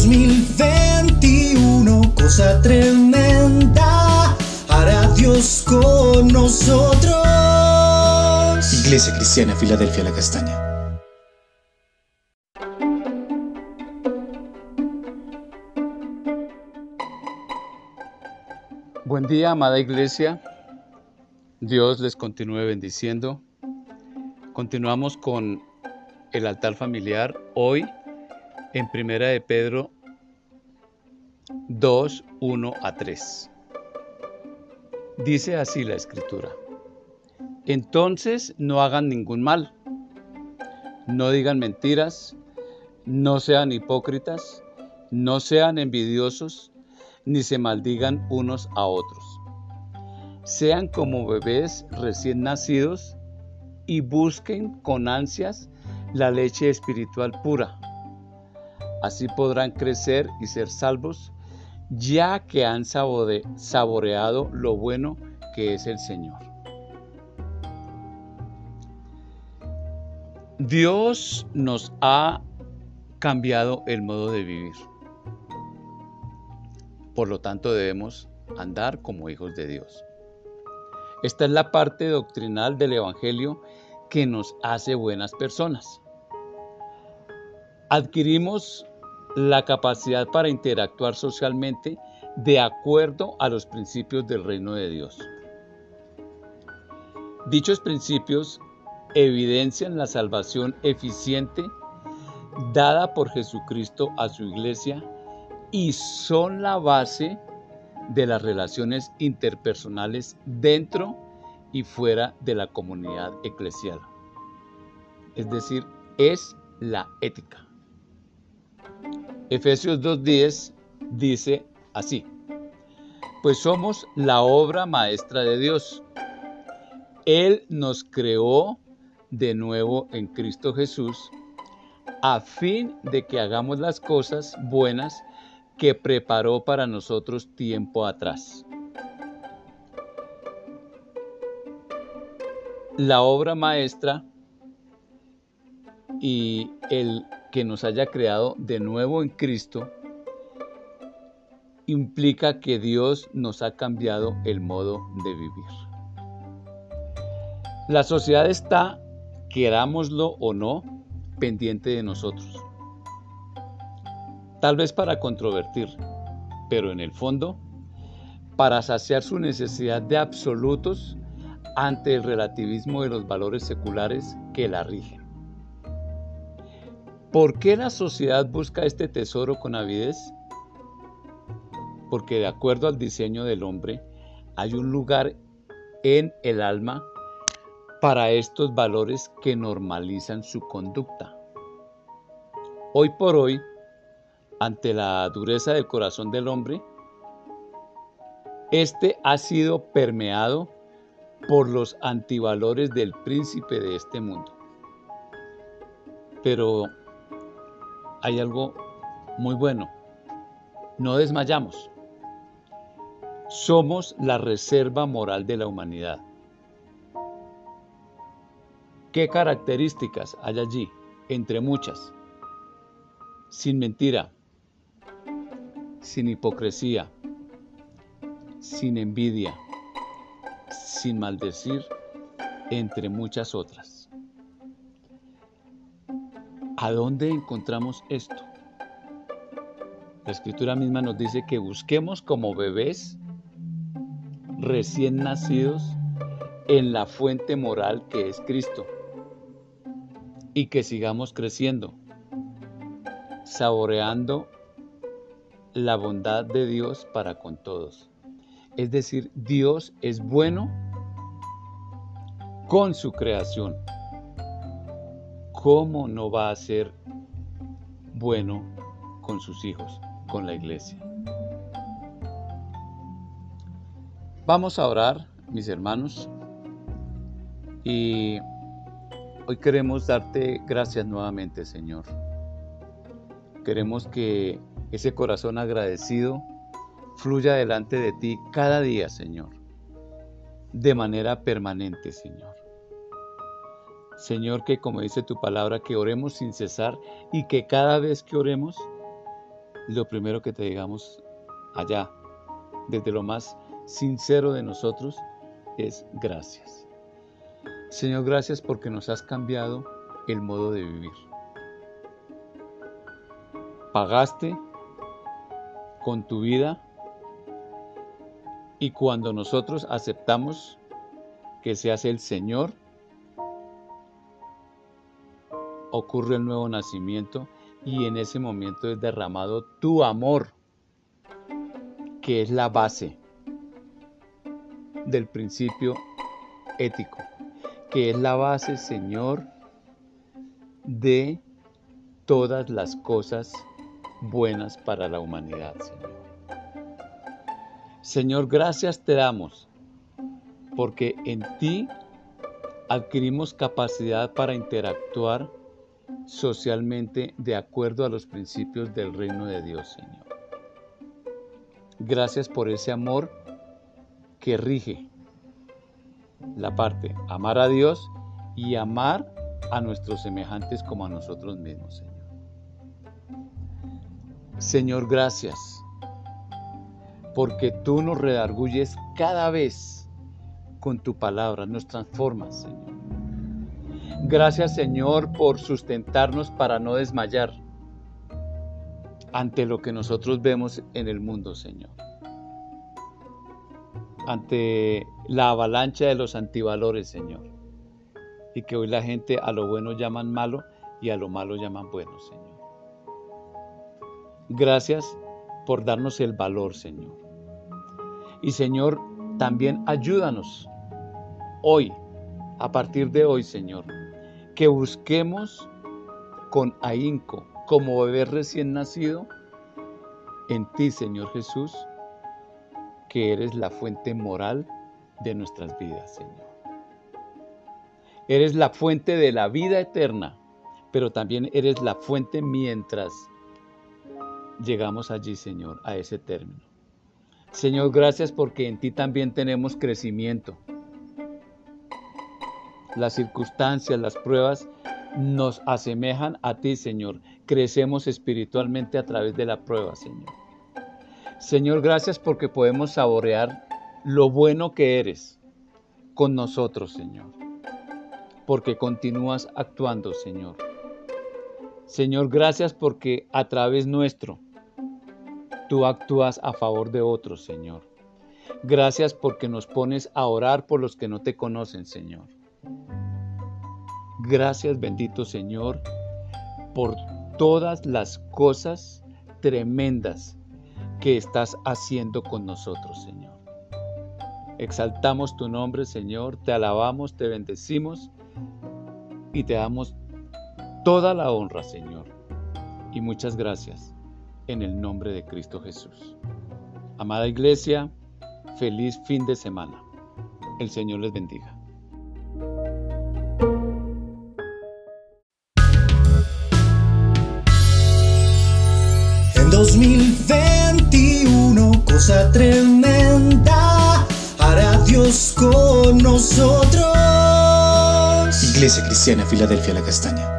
2021, cosa tremenda hará Dios con nosotros. Iglesia Cristiana Filadelfia La Castaña. Buen día, amada iglesia. Dios les continúe bendiciendo. Continuamos con el altar familiar hoy en 1 de Pedro 2, 1 a 3. Dice así la escritura: entonces no hagan ningún mal, no digan mentiras, no sean hipócritas, no sean envidiosos, ni se maldigan unos a otros. Sean como bebés recién nacidos y busquen con ansias la leche espiritual pura. Así podrán crecer y ser salvos, ya que han saboreado lo bueno que es el Señor. Dios nos ha cambiado el modo de vivir. Por lo tanto, debemos andar como hijos de Dios. Esta es la parte doctrinal del Evangelio que nos hace buenas personas. Adquirimos la capacidad para interactuar socialmente de acuerdo a los principios del reino de Dios. Dichos principios evidencian la salvación eficiente dada por Jesucristo a su iglesia y son la base de las relaciones interpersonales dentro y fuera de la comunidad eclesial. Es decir, es la ética. Efesios 2:10 dice así: pues somos la obra maestra de Dios. Él nos creó de nuevo en Cristo Jesús a fin de que hagamos las cosas buenas que preparó para nosotros tiempo atrás. La obra maestra y el que nos haya creado de nuevo en Cristo implica que Dios nos ha cambiado el modo de vivir. La sociedad está, querámoslo o no, pendiente de nosotros. Tal vez para controvertir, pero en el fondo, para saciar su necesidad de absolutos ante el relativismo de los valores seculares que la rigen. ¿Por qué la sociedad busca este tesoro con avidez? Porque de acuerdo al diseño del hombre, hay un lugar en el alma para estos valores que normalizan su conducta. Hoy por hoy, ante la dureza del corazón del hombre, este ha sido permeado por los antivalores del príncipe de este mundo. Pero hay algo muy bueno: no desmayamos. Somos la reserva moral de la humanidad. ¿Qué características hay allí? Entre muchas: sin mentira, sin hipocresía, sin envidia, sin maldecir, entre muchas otras. ¿A dónde encontramos esto? La Escritura misma nos dice que busquemos como bebés recién nacidos en la fuente moral que es Cristo y que sigamos creciendo, saboreando la bondad de Dios para con todos. Es decir, Dios es bueno con su creación. ¿Cómo no va a ser bueno con sus hijos, con la iglesia? Vamos a orar, mis hermanos, y hoy queremos darte gracias nuevamente, Señor. Queremos que ese corazón agradecido fluya delante de ti cada día, Señor, de manera permanente, Señor. Señor, que como dice tu palabra, que oremos sin cesar y que cada vez que oremos lo primero que te digamos allá, desde lo más sincero de nosotros, es gracias. Señor, gracias porque nos has cambiado el modo de vivir. Pagaste con tu vida, y cuando nosotros aceptamos que seas el Señor, ocurre el nuevo nacimiento, y en ese momento es derramado tu amor, que es la base del principio ético, que es la base, Señor, de todas las cosas buenas para la humanidad, Señor. Señor, gracias te damos, porque en ti adquirimos capacidad para interactuar socialmente de acuerdo a los principios del reino de Dios, Señor. Gracias por ese amor que rige la parte amar a Dios y amar a nuestros semejantes como a nosotros mismos, Señor. Señor, gracias, porque tú nos redarguyes cada vez con tu palabra, nos transformas, Señor. Gracias, Señor, por sustentarnos para no desmayar ante lo que nosotros vemos en el mundo, Señor. Ante la avalancha de los antivalores, Señor. Y que hoy la gente a lo bueno llaman malo y a lo malo llaman bueno, Señor. Gracias por darnos el valor, Señor. Y, Señor, también ayúdanos hoy, a partir de hoy, Señor, que busquemos con ahínco, como bebé recién nacido, en ti, Señor Jesús, que eres la fuente moral de nuestras vidas, Señor. Eres la fuente de la vida eterna, pero también eres la fuente mientras llegamos allí, Señor, a ese término. Señor, gracias porque en ti también tenemos crecimiento. Las circunstancias, las pruebas nos asemejan a ti, Señor. Crecemos espiritualmente a través de la prueba, Señor. Señor, gracias porque podemos saborear lo bueno que eres con nosotros, Señor. Porque continúas actuando, Señor. Señor, gracias porque a través nuestro tú actúas a favor de otros, Señor. Gracias porque nos pones a orar por los que no te conocen, Señor. Gracias, bendito Señor, por todas las cosas tremendas que estás haciendo con nosotros, Señor. Exaltamos tu nombre, Señor, te alabamos, te bendecimos y te damos toda la honra, Señor. Y muchas gracias en el nombre de Cristo Jesús. Amada iglesia, feliz fin de semana. El Señor les bendiga. En 2021, cosa tremenda hará Dios con nosotros. Iglesia Cristiana Filadelfia La Castaña.